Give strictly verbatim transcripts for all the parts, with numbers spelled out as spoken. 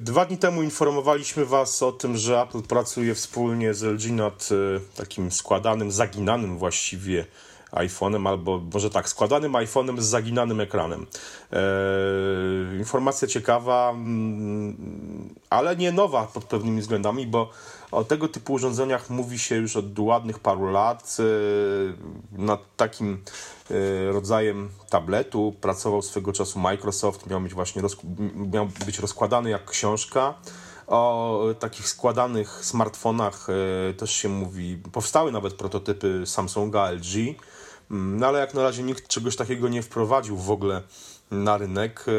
Dwa dni temu informowaliśmy Was o tym, że Apple pracuje wspólnie z L G nad y, takim składanym, zaginanym właściwie iPhone'em, albo może tak, składanym iPhone'em z zaginanym ekranem. E, informacja ciekawa, mm, ale nie nowa pod pewnymi względami, bo o tego typu urządzeniach mówi się już od ładnych paru lat. E, nad takim e, rodzajem tabletu pracował swego czasu Microsoft, miał być właśnie roz, miał być rozkładany jak książka. O takich składanych smartfonach e, też się mówi, powstały nawet prototypy Samsunga, L G, no ale jak na razie nikt czegoś takiego nie wprowadził w ogóle na rynek, e,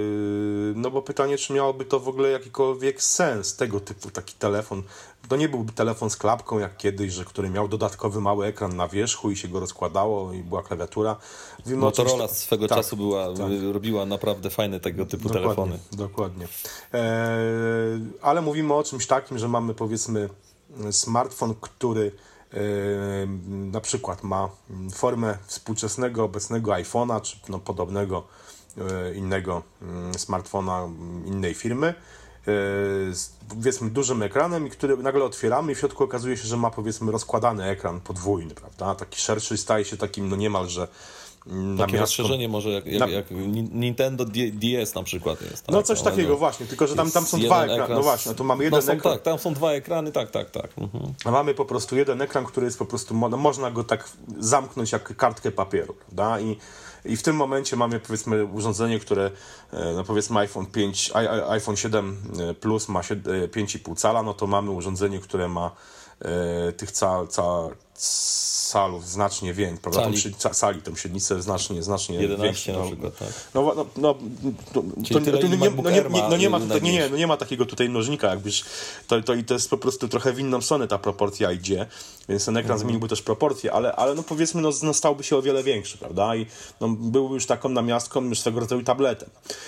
no bo pytanie, czy miałoby to w ogóle jakikolwiek sens, tego typu taki telefon. To nie byłby telefon z klapką jak kiedyś, że który miał dodatkowy mały ekran na wierzchu i się go rozkładało i była klawiatura. Mówimy Motorola czymś... swego tak, czasu była, tak. robiła naprawdę fajne tego typu dokładnie, telefony. Dokładnie. E, ale mówimy o czymś takim, że mamy powiedzmy smartfon, który e, na przykład ma formę współczesnego, obecnego iPhone'a, czy no, podobnego e, innego e, smartfona innej firmy, z powiedzmy dużym ekranem, i który nagle otwieramy i w środku okazuje się, że ma powiedzmy rozkładany ekran podwójny, prawda? Taki szerszy staje się takim no niemalże takie rozszerzenie może jak, jak, na... jak Nintendo D S na przykład jest. Tak? No coś takiego no, właśnie, tylko że tam, tam są dwa ekrany. Ekran, no właśnie, tu mamy jeden no są, ekran. Tak, tam są dwa ekrany, tak, tak, tak. Mhm. A mamy po prostu jeden ekran, który jest po prostu, no, można go tak zamknąć jak kartkę papieru, prawda? I I w tym momencie mamy powiedzmy urządzenie, które no powiedzmy iPhone pięć, iPhone siedem Plus ma pięć i pół cala, no to mamy urządzenie, które ma e, tych cal, cal, calów znacznie więcej, prawda? Cali. Tą, ca, cali, tą średnicę znacznie, znacznie jedenaście większą. na przykład, tak. No, no, no, to, to, to, to, nie, no, nie, nie, no nie ma tutaj, nie, nie, no nie ma takiego tutaj mnożnika, jakbyś, to, to, i to jest po prostu trochę w inną stronę ta proporcja idzie, więc ten ekran mhm. zmieniłby też proporcje, ale, ale no powiedzmy, no, no stałby się o wiele większy, prawda? I no, byłby już taką namiastką, już swego rodzaju tabletem.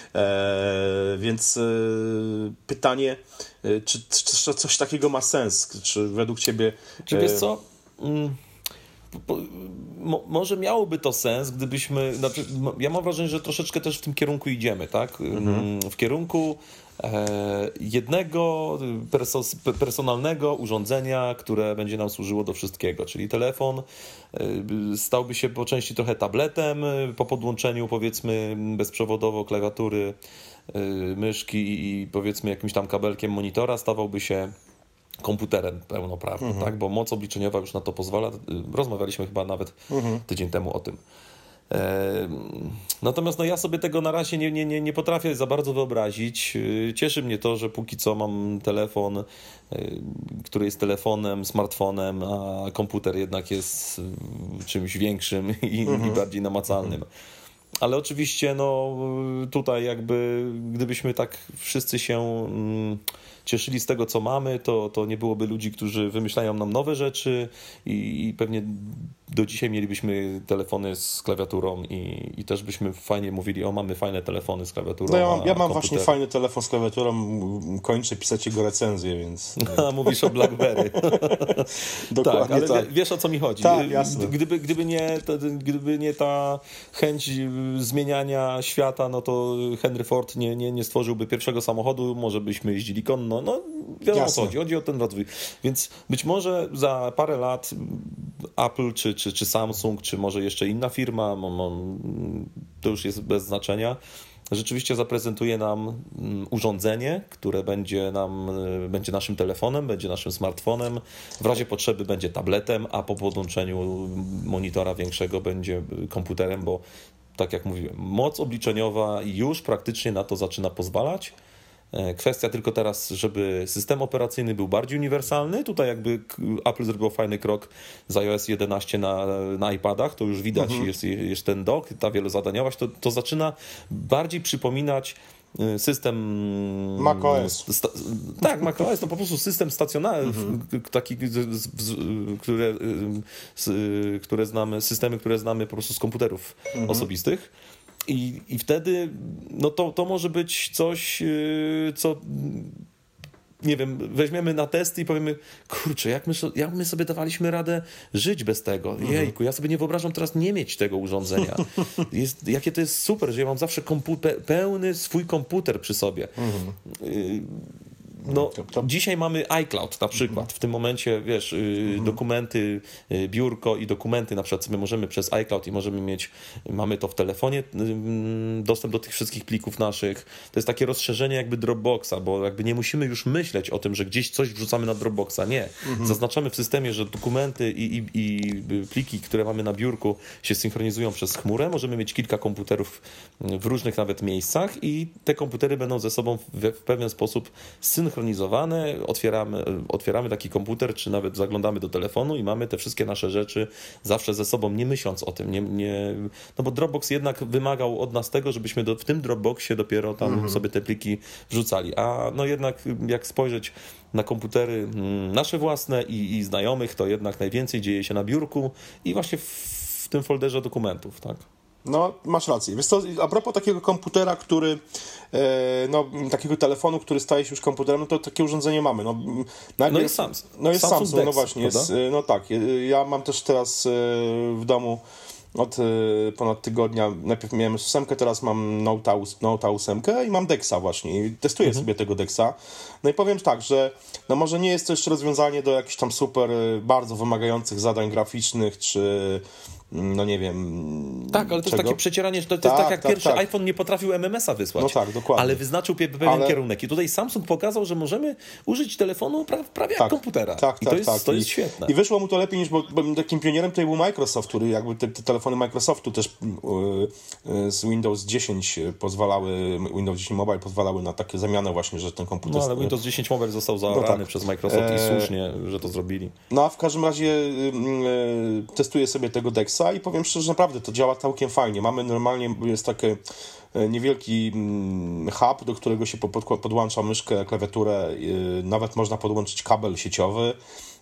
E, więc e, pytanie, e, czy, czy, czy coś takiego ma sens? Czy według ciebie... Czy wiesz co? Mm. Po, mo, może miałoby to sens, gdybyśmy, znaczy, ja mam wrażenie, że troszeczkę też w tym kierunku idziemy, tak? Mhm. W kierunku e, jednego perso, personalnego urządzenia, które będzie nam służyło do wszystkiego, czyli telefon e, stałby się po części trochę tabletem, po podłączeniu powiedzmy bezprzewodowo klawiatury, e, myszki i powiedzmy jakimś tam kabelkiem monitora stawałby się komputerem pełnoprawnym, mhm. tak? Bo moc obliczeniowa już na to pozwala. Rozmawialiśmy chyba nawet mhm. tydzień temu o tym. E, natomiast no, ja sobie tego na razie nie, nie, nie, nie potrafię za bardzo wyobrazić. Cieszy mnie to, że póki co mam telefon, e, który jest telefonem, smartfonem, a komputer jednak jest czymś większym i, mhm. i bardziej namacalnym. Mhm. Ale oczywiście no, tutaj jakby gdybyśmy tak wszyscy się mm, cieszyli z tego, co mamy, to, to nie byłoby ludzi, którzy wymyślają nam nowe rzeczy i, i pewnie do dzisiaj mielibyśmy telefony z klawiaturą i, i też byśmy fajnie mówili, o mamy fajne telefony z klawiaturą. No ja mam, ja mam właśnie fajny telefon z klawiaturą, kończę pisać jego recenzję, więc... A, mówisz o BlackBerry. Dokładnie tak, ale tak. Wiesz, o co mi chodzi. Tak, jasne. Gdyby, gdyby, nie, to, gdyby nie ta chęć zmieniania świata, no to Henry Ford nie, nie, nie stworzyłby pierwszego samochodu, może byśmy jeździli konno, no wiadomo o co chodzi, chodzi o ten rozwój. Więc być może za parę lat Apple, czy, czy, czy Samsung, czy może jeszcze inna firma, to już jest bez znaczenia, rzeczywiście zaprezentuje nam urządzenie, które będzie nam, będzie naszym telefonem, będzie naszym smartfonem, w razie potrzeby będzie tabletem, a po podłączeniu monitora większego będzie komputerem, bo tak jak mówiłem, moc obliczeniowa już praktycznie na to zaczyna pozwalać. Kwestia tylko teraz, żeby system operacyjny był bardziej uniwersalny. Tutaj jakby Apple zrobiło fajny krok z iOS jedenaście na, na iPadach, to już widać, mhm. jest, jest ten dock, ta wielozadaniowość, to, to zaczyna bardziej przypominać system macOS. Sta, tak, macOS, no po prostu system stacjonarny, mhm. taki, z, z, które, z, które znamy, systemy, które znamy po prostu z komputerów mhm. osobistych. I, I wtedy no to, to może być coś, co nie wiem, weźmiemy na testy i powiemy, kurczę, jak my, jak my sobie dawaliśmy radę żyć bez tego. Jejku, ja sobie nie wyobrażam teraz nie mieć tego urządzenia. Jest, jakie to jest super, że ja mam zawsze komputer, pełny swój komputer przy sobie. Y No, to, to... Dzisiaj mamy iCloud na przykład. W tym momencie, wiesz, yy, mhm. dokumenty, yy, biurko i dokumenty na przykład sobie możemy przez iCloud i możemy mieć, mamy to w telefonie, yy, dostęp do tych wszystkich plików naszych. To jest takie rozszerzenie jakby Dropboxa, bo jakby nie musimy już myśleć o tym, że gdzieś coś wrzucamy na Dropboxa. Nie. Mhm. Zaznaczamy w systemie, że dokumenty i, i, i pliki, które mamy na biurku, się synchronizują przez chmurę. Możemy mieć kilka komputerów w różnych nawet miejscach i te komputery będą ze sobą w, w pewien sposób synchronizowane. Synchronizowane, otwieramy, otwieramy taki komputer, czy nawet zaglądamy do telefonu i mamy te wszystkie nasze rzeczy zawsze ze sobą, nie myśląc o tym. Nie, nie, no bo Dropbox jednak wymagał od nas tego, żebyśmy do, w tym Dropboxie dopiero tam mhm. sobie te pliki wrzucali. A no jednak jak spojrzeć na komputery nasze własne i, i znajomych, to jednak najwięcej dzieje się na biurku i właśnie w, w tym folderze dokumentów, tak? No, masz rację. Wiesz co, a propos takiego komputera, który, e, no, takiego telefonu, który staje się już komputerem, no to takie urządzenie mamy. No, najpierw, no jest Samsung. No jest Samsung, Samsung, Dex, no właśnie. Jest, no tak, ja mam też teraz w domu od ponad tygodnia, najpierw miałem ósemkę, teraz mam Note osiem i mam Dexa właśnie i testuję mhm. sobie tego Dexa. No i powiem tak, że no może nie jest to jeszcze rozwiązanie do jakichś tam super, bardzo wymagających zadań graficznych, czy no nie wiem... Tak, ale to czego? jest takie przecieranie, to, to tak, jest tak jak tak, pierwszy tak. iPhone nie potrafił M M S a wysłać. No tak, dokładnie. Ale wyznaczył pewien ale... kierunek i tutaj Samsung pokazał, że możemy użyć telefonu pra, prawie tak, jak komputera. Tak, I tak, to jest, tak. to jest I, świetne. I wyszło mu to lepiej niż, bo, bo takim pionierem tutaj był Microsoft, który jakby te, te telefony Microsoftu też yy, z Windows dziesięć pozwalały, Windows dziesięć Mobile pozwalały na takie zamianę właśnie, że ten komputer... No ale Windows dziesięć Mobile został zaorany no tak. przez Microsoft i słusznie, że to zrobili. No a w każdym razie yy, testuję sobie tego Dexa i powiem szczerze, że naprawdę to działa całkiem fajnie. Mamy normalnie, jest taki niewielki hub, do którego się podłącza myszkę, klawiaturę, nawet można podłączyć kabel sieciowy.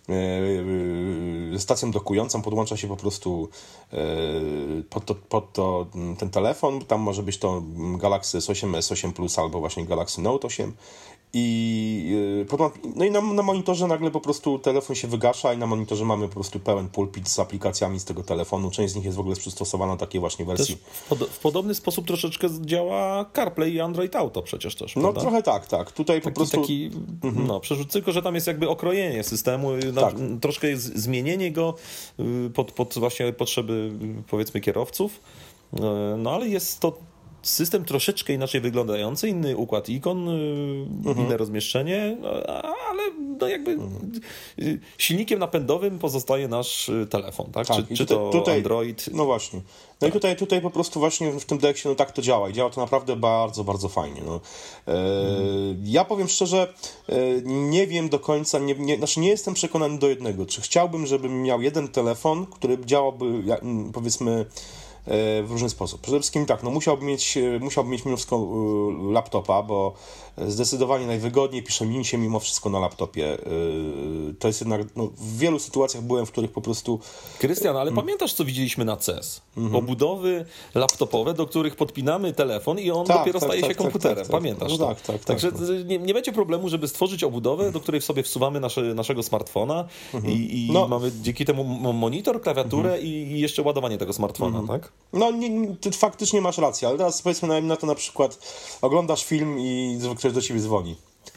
Stacją dokującą podłącza się po prostu pod, to, pod to ten telefon. Tam może być to Galaxy S osiem, S osiem Plus albo właśnie Galaxy Note osiem. I, no i na, na monitorze nagle po prostu telefon się wygasza i na monitorze mamy po prostu pełen pulpit z aplikacjami z tego telefonu. Część z nich jest w ogóle przystosowana do takiej właśnie wersji. W, pod, w podobny sposób troszeczkę działa CarPlay i Android Auto przecież też, No prawda? trochę tak, tak. Tutaj taki, po prostu... Taki, mhm. no, przerzut, tylko że tam jest jakby okrojenie systemu, no, tak. troszkę jest zmienienie go pod, pod właśnie potrzeby powiedzmy kierowców, no ale jest to system troszeczkę inaczej wyglądający, inny układ ikon, mhm. inne rozmieszczenie, ale no jakby mhm. silnikiem napędowym pozostaje nasz telefon, tak? tak Czy, tutaj, czy to tutaj, Android? No właśnie. No tak. i tutaj, tutaj po prostu właśnie w tym Dexie no tak to działa i działa to naprawdę bardzo, bardzo fajnie. No. E, mhm. Ja powiem szczerze, e, nie wiem do końca, nie, nie, znaczy nie jestem przekonany do jednego, czy chciałbym, żebym miał jeden telefon, który działałby powiedzmy w różny sposób. Przede wszystkim tak, no musiałbym mieć, musiałbym mieć mimo wszystko laptopa, bo zdecydowanie najwygodniej pisze mi się mimo wszystko na laptopie. To jest jednak, no, w wielu sytuacjach byłem, w których po prostu... Krystian, ale hmm. pamiętasz, co widzieliśmy na C E S? Mm-hmm. Obudowy laptopowe, do których podpinamy telefon i on tak, dopiero tak, staje tak, się tak, komputerem. tak, tak, Pamiętasz tak, to? tak, tak, Także tak. nie, nie będzie problemu, żeby stworzyć obudowę, do której sobie wsuwamy nasze, naszego smartfona mm-hmm. i, i no. mamy dzięki temu monitor, klawiaturę mm-hmm. i jeszcze ładowanie tego smartfona, mm-hmm. tak? No nie, nie, ty faktycznie masz rację, ale teraz powiedzmy na to na przykład oglądasz film i ktoś do ciebie dzwoni.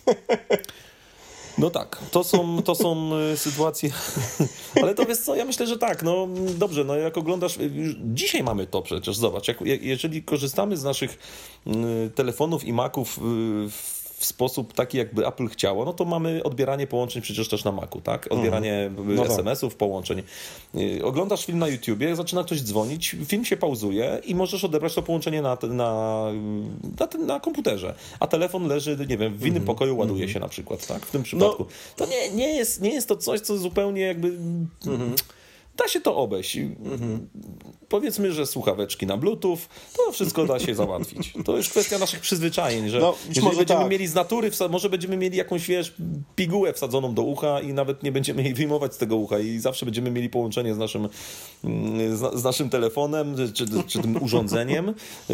No tak, to są, to są sytuacje, ale to wiesz co, ja myślę, że tak, no dobrze, no jak oglądasz, dzisiaj mamy to przecież, zobacz, jak, jeżeli korzystamy z naszych telefonów i Maców w sposób taki, jakby Apple chciało, no to mamy odbieranie połączeń przecież też na Macu, tak? Odbieranie mhm. no es em esów, połączeń. Oglądasz film na YouTubie, zaczyna ktoś dzwonić, film się pauzuje i możesz odebrać to połączenie na, na, na, na komputerze, a telefon leży, nie wiem, w innym mhm. pokoju, ładuje mhm. się na przykład, tak? W tym przypadku. No. To nie, nie, jest, nie jest to coś, co zupełnie jakby... Mhm. da się to obejść. Mhm. Powiedzmy, że słuchaweczki na Bluetooth, to wszystko da się załatwić. To jest kwestia naszych przyzwyczajeń, że no, jeżeli będziemy tak. mieli z natury, może będziemy mieli jakąś, wiesz, pigułę wsadzoną do ucha i nawet nie będziemy jej wyjmować z tego ucha i zawsze będziemy mieli połączenie z naszym, z, z naszym telefonem, czy, czy tym urządzeniem.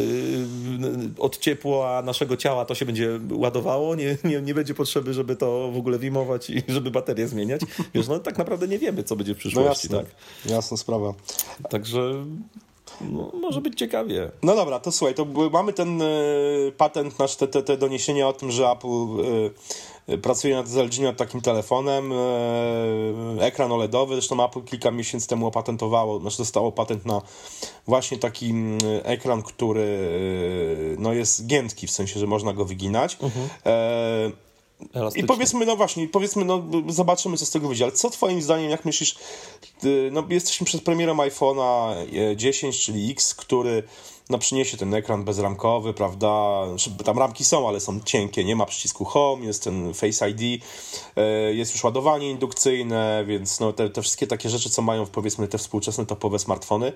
Od ciepła naszego ciała to się będzie ładowało, nie, nie, nie będzie potrzeby, żeby to w ogóle wyjmować i żeby baterię zmieniać. Wiesz, no tak naprawdę nie wiemy, co będzie w przyszłości. No jasne, tak? jasna sprawa. Także no, może być ciekawie. No dobra, to słuchaj, to mamy ten y, patent, nasz, te, te, te doniesienia o tym, że Apple y, y, pracuje nad, z L G nad takim telefonem, y, ekran OLEDowy, zresztą Apple kilka miesięcy temu opatentowało, znaczy dostało patent na właśnie taki y, ekran, który y, no jest giętki, w sensie, że można go wyginać. Mhm. Y, I powiedzmy, no właśnie, powiedzmy, no zobaczymy, co z tego wyjdzie, ale co twoim zdaniem, jak myślisz, no jesteśmy przed premierą iPhone'a dziesięć, czyli X, który no przyniesie ten ekran bezramkowy, prawda, tam ramki są, ale są cienkie, nie ma przycisku Home, jest ten Face I D, jest już ładowanie indukcyjne, więc no te, te wszystkie takie rzeczy, co mają powiedzmy te współczesne topowe smartfony.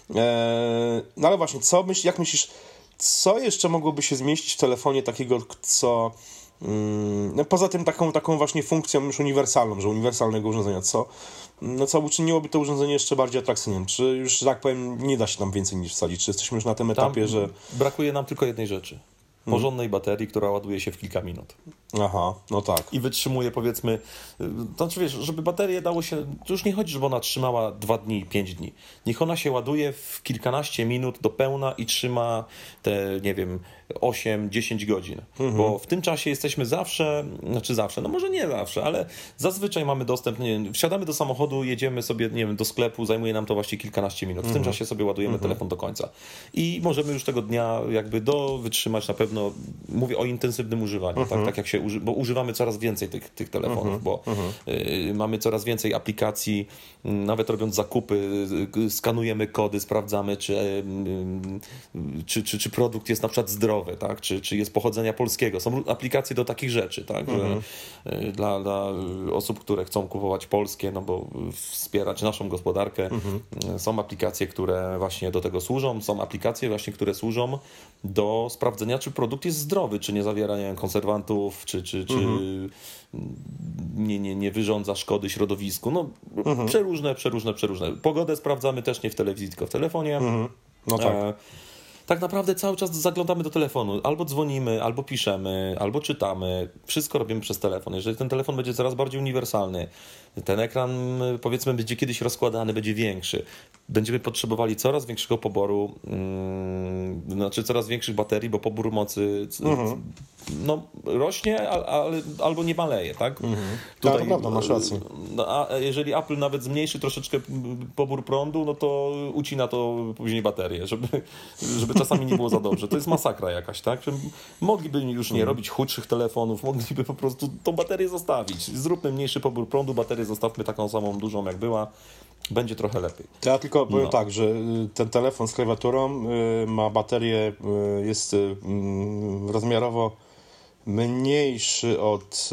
No ale właśnie, co myślisz, jak myślisz, co jeszcze mogłoby się zmieścić w telefonie takiego, co No, poza tym taką, taką właśnie funkcją już uniwersalną, że uniwersalnego urządzenia, co, no, co uczyniłoby to urządzenie jeszcze bardziej atrakcyjnym? Czy już, że tak powiem, nie da się tam więcej niż wsadzić? Czy jesteśmy już na tym etapie, tam że... Brakuje nam tylko jednej rzeczy. Porządnej baterii, która ładuje się w kilka minut. Aha, no tak. I wytrzymuje, powiedzmy, to znaczy wiesz, żeby baterię dało się, to już nie chodzi, żeby ona trzymała dwa dni, pięć dni. Niech ona się ładuje w kilkanaście minut do pełna i trzyma te, nie wiem, osiem dziesięć godzin. Mhm. Bo w tym czasie jesteśmy zawsze, znaczy zawsze, no może nie zawsze, ale zazwyczaj mamy dostęp, nie wiem, wsiadamy do samochodu, jedziemy sobie, nie wiem, do sklepu, zajmuje nam to właśnie kilkanaście minut. W mhm. tym czasie sobie ładujemy mhm. telefon do końca. I możemy już tego dnia jakby do wytrzymać na pewno. No, mówię o intensywnym używaniu, uh-huh. tak, tak jak się uży- bo używamy coraz więcej tych, tych telefonów, uh-huh. bo uh-huh. y, mamy coraz więcej aplikacji, y, nawet robiąc zakupy, y, skanujemy kody, sprawdzamy, czy, y, y, czy, czy, czy produkt jest na przykład zdrowy, tak, czy, czy jest pochodzenia polskiego. Są aplikacje do takich rzeczy, tak, uh-huh. że y, dla, dla osób, które chcą kupować polskie, no bo wspierać naszą gospodarkę, uh-huh. y, są aplikacje, które właśnie do tego służą, są aplikacje właśnie, które służą do sprawdzenia, czy produkt jest zdrowy, czy nie zawiera, nie wiem, konserwantów, czy, czy, czy mhm. nie, nie, nie wyrządza szkody środowisku. No, mhm. przeróżne, przeróżne, przeróżne. Pogodę sprawdzamy też nie w telewizji, tylko w telefonie. Mhm. No tak. E, tak naprawdę cały czas zaglądamy do telefonu. Albo dzwonimy, albo piszemy, albo czytamy. Wszystko robimy przez telefon. Jeżeli ten telefon będzie coraz bardziej uniwersalny, ten ekran, powiedzmy, będzie kiedyś rozkładany, będzie większy. Będziemy potrzebowali coraz większego poboru, hmm, znaczy coraz większych baterii, bo pobór mocy mhm. no, rośnie, ale, ale, albo nie maleje, tak? Mhm. Tutaj, tak, to prawda, masz rację. A jeżeli Apple nawet zmniejszy troszeczkę pobór prądu, no to ucina to później baterię, żeby, żeby czasami nie było za dobrze. To jest masakra jakaś, tak? Mogliby już nie mhm. robić chudszych telefonów, mogliby po prostu tą baterię zostawić. Zróbmy mniejszy pobór prądu, baterię zostawmy taką samą dużą, jak była. Będzie trochę lepiej. To ja tylko powiem no. tak, że ten telefon z klawiaturą y, ma baterię, y, jest y, rozmiarowo mniejszy od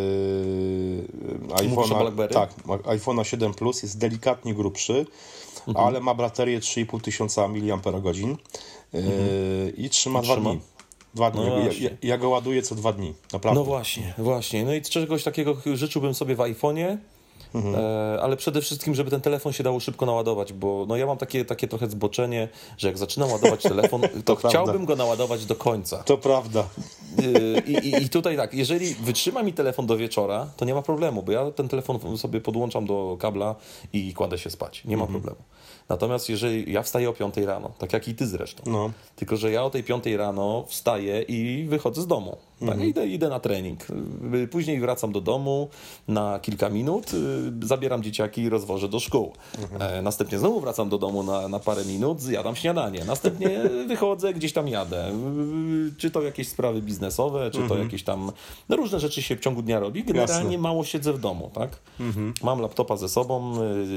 y, iPhone'a, tak, iPhone'a siedem Plus, jest delikatnie grubszy, mhm. ale ma baterię trzy i pół tysiąca miliampergodzin y, mhm. i trzyma dwa dni. Dwa dni. No ja, ja, ja go ładuję co dwa dni, naprawdę. No właśnie, właśnie. No i czegoś takiego życzyłbym sobie w iPhone'ie. Mhm. E, ale przede wszystkim, żeby ten telefon się dało szybko naładować, bo no ja mam takie, takie trochę zboczenie, że jak zaczynam ładować telefon, to, to chciałbym prawda. go naładować do końca. To prawda. E, i, I tutaj tak, jeżeli wytrzyma mi telefon do wieczora, to nie ma problemu, bo ja ten telefon sobie podłączam do kabla i kładę się spać. Nie ma mhm. problemu. Natomiast jeżeli ja wstaję o piątej rano, tak jak i ty zresztą, no. tylko że ja o tej piątej rano wstaję i wychodzę z domu. Tak? Mhm. Idę, idę na trening. Później wracam do domu na kilka minut, zabieram dzieciaki i rozwożę do szkół. Mhm. Następnie znowu wracam do domu na, na parę minut, zjadam śniadanie. Następnie wychodzę, gdzieś tam jadę. Czy to jakieś sprawy biznesowe, czy to mhm. jakieś tam... No różne rzeczy się w ciągu dnia robi. Generalnie Jasne. mało siedzę w domu. Tak? Mhm. Mam laptopa ze sobą,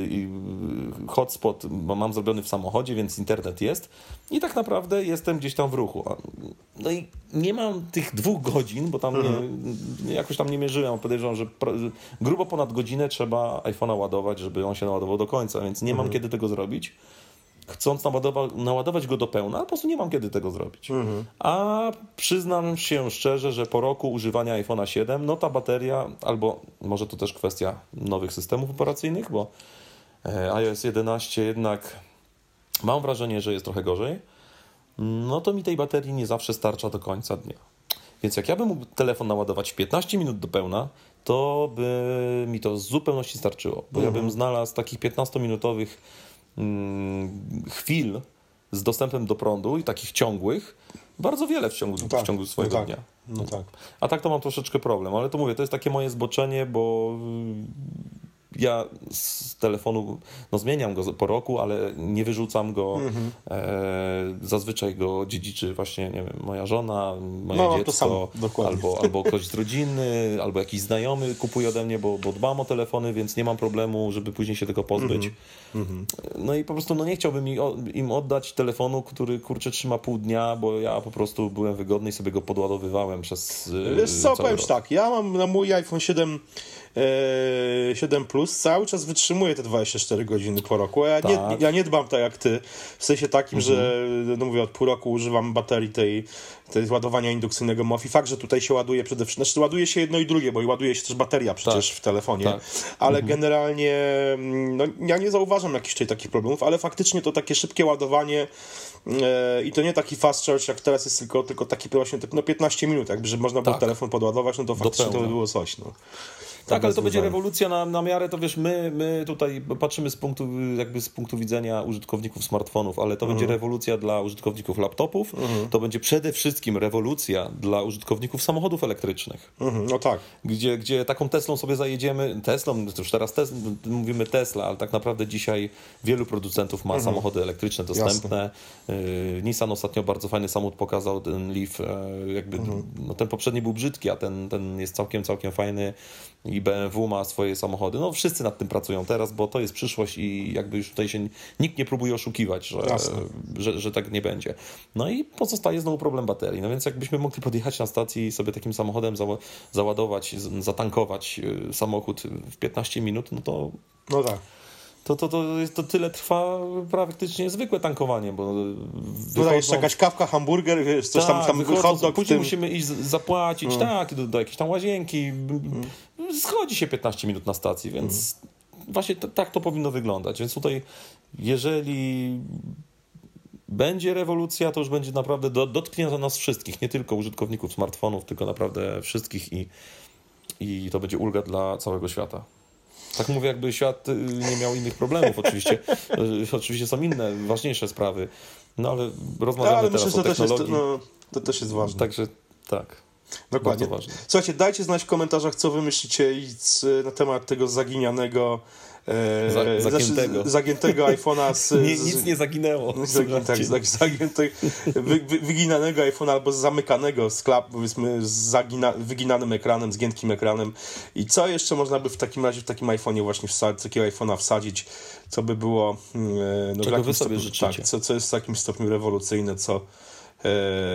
hotspot mam zrobiony w samochodzie, więc internet jest i tak naprawdę jestem gdzieś tam w ruchu. No i nie mam tych dwóch godzin, bo tam mhm. nie, jakoś tam nie mierzyłem. Podejrzewam, że pr- grubo ponad godzinę trzeba iPhone'a ładować, żeby on się naładował do końca, więc nie mhm. mam kiedy tego zrobić. Chcąc naładowa- naładować go do pełna, po prostu nie mam kiedy tego zrobić. Mhm. A przyznam się szczerze, że po roku używania iPhone'a siedem, no ta bateria, albo może to też kwestia nowych systemów operacyjnych, bo iOS jedenaście jednak mam wrażenie, że jest trochę gorzej, no to mi tej baterii nie zawsze starcza do końca dnia. Więc jak ja bym mógł telefon naładować w piętnaście minut do pełna, to by mi to w zupełności starczyło, bo mhm. ja bym znalazł takich piętnastominutowych chwil z dostępem do prądu i takich ciągłych, bardzo wiele w ciągu, no tak, w ciągu swojego no tak, dnia. No tak. A tak to mam troszeczkę problem, ale to mówię, to jest takie moje zboczenie, bo ja z telefonu, no zmieniam go po roku, ale nie wyrzucam go, mm-hmm. e, zazwyczaj go dziedziczy właśnie, nie wiem, moja żona, moje no, dziecko, albo, albo ktoś z rodziny, albo jakiś znajomy kupuje ode mnie, bo, bo dbam o telefony, więc nie mam problemu, żeby później się tego pozbyć. Mm-hmm. No i po prostu no nie chciałbym im oddać telefonu, który kurczę trzyma pół dnia, bo ja po prostu byłem wygodny i sobie go podładowywałem przez Wiesz co, powiem tak, ja mam na mój iPhone siedem siedem plus cały czas wytrzymuje te dwadzieścia cztery godziny po roku. Ja, tak. nie, ja nie dbam tak jak ty, w sensie takim, mhm. że no mówię, od pół roku używam baterii tej, tej ładowania indukcyjnego M O F i fakt, że tutaj się ładuje przede wszystkim, znaczy ładuje się jedno i drugie, bo ładuje się też bateria przecież tak. w telefonie, tak. ale mhm. generalnie no, ja nie zauważam jakichś tutaj takich problemów, ale faktycznie to takie szybkie ładowanie e, i to nie taki fast charge jak teraz jest, tylko, tylko taki właśnie no piętnaście minut, jakby, żeby można było tak. telefon podładować, no to faktycznie to by było coś. No. Tak, ale to będzie rewolucja na, na miarę, to wiesz, my, my tutaj patrzymy z punktu, jakby z punktu widzenia użytkowników smartfonów, ale to mhm. będzie rewolucja dla użytkowników laptopów, mhm. to będzie przede wszystkim rewolucja dla użytkowników samochodów elektrycznych. Mhm, no tak. Gdzie, gdzie taką Teslą sobie zajedziemy, Teslą, to już teraz tes, mówimy Tesla, ale tak naprawdę dzisiaj wielu producentów ma mhm. samochody elektryczne dostępne. Jasne. Nissan ostatnio bardzo fajny samochód pokazał, ten Leaf, jakby, mhm. no ten poprzedni był brzydki, a ten, ten jest całkiem, całkiem fajny. I B M W ma swoje samochody. No wszyscy nad tym pracują teraz, bo to jest przyszłość i jakby już tutaj się nikt nie próbuje oszukiwać, że, że, że tak nie będzie. No i pozostaje znowu problem baterii. No więc jakbyśmy mogli podjechać na stacji i sobie takim samochodem za, załadować, zatankować samochód w piętnaście minut, no to... No tak. To, to, to, to tyle trwa praktycznie zwykłe tankowanie, bo wychodzą... Tutaj jeszcze jakaś kawka, hamburger, wiesz, coś tak, tam, tam hot dog. Później tym... musimy iść zapłacić, hmm. tak, do, do jakiejś tam łazienki. Hmm. Schodzi się piętnaście minut na stacji, więc hmm. właśnie t- tak to powinno wyglądać. Więc tutaj, jeżeli będzie rewolucja, to już będzie naprawdę do, dotknie za nas wszystkich, nie tylko użytkowników smartfonów, tylko naprawdę wszystkich i, i to będzie ulga dla całego świata. Tak mówię, jakby świat nie miał innych problemów. Oczywiście, oczywiście są inne, ważniejsze sprawy, no ale rozmawiamy no, ale teraz myślę, o technologii. To też, jest, no, to też jest ważne. Także tak. Dokładnie. Bardzo ważne. Słuchajcie, dajcie znać w komentarzach, co wy myślicie na temat tego zaginianego e, Za, zagiętego. Znaczy, zagiętego iPhone'a z, nie, nic nie zaginęło. Tak, tak, zagiętego, wy, wy, wyginanego iPhone'a albo zamykanego z klap, powiedzmy z zagina, wyginanym ekranem, z giętkim ekranem. I co jeszcze można by w takim razie w takim iPhone'ie właśnie wsadzić, takiego iPhone'a wsadzić, co by było no, czego wy sobie stopniu, życzycie. Tak, co, co jest w takim stopniu rewolucyjne, co e,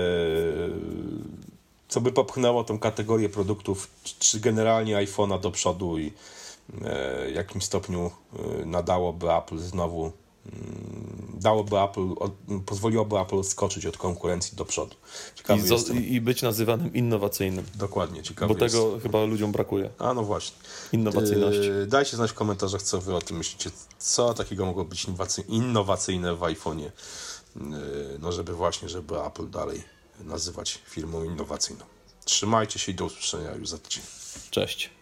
co by popchnęło tą kategorię produktów, czy generalnie iPhone'a do przodu i e, w jakim stopniu e, nadałoby Apple znowu, m, dałoby Apple, od, pozwoliłoby Apple skoczyć od konkurencji do przodu. Ciekawy I, zo, I być nazywanym innowacyjnym. Dokładnie, ciekawe. Bo jest. tego chyba ludziom brakuje. A no właśnie. Innowacyjności. E, dajcie znać w komentarzach, co wy o tym myślicie. Co takiego mogło być innowacyjne w iPhone'ie. E, no żeby właśnie, żeby Apple dalej nazywać firmą innowacyjną. Trzymajcie się i do usłyszenia już za tydzień. Cześć.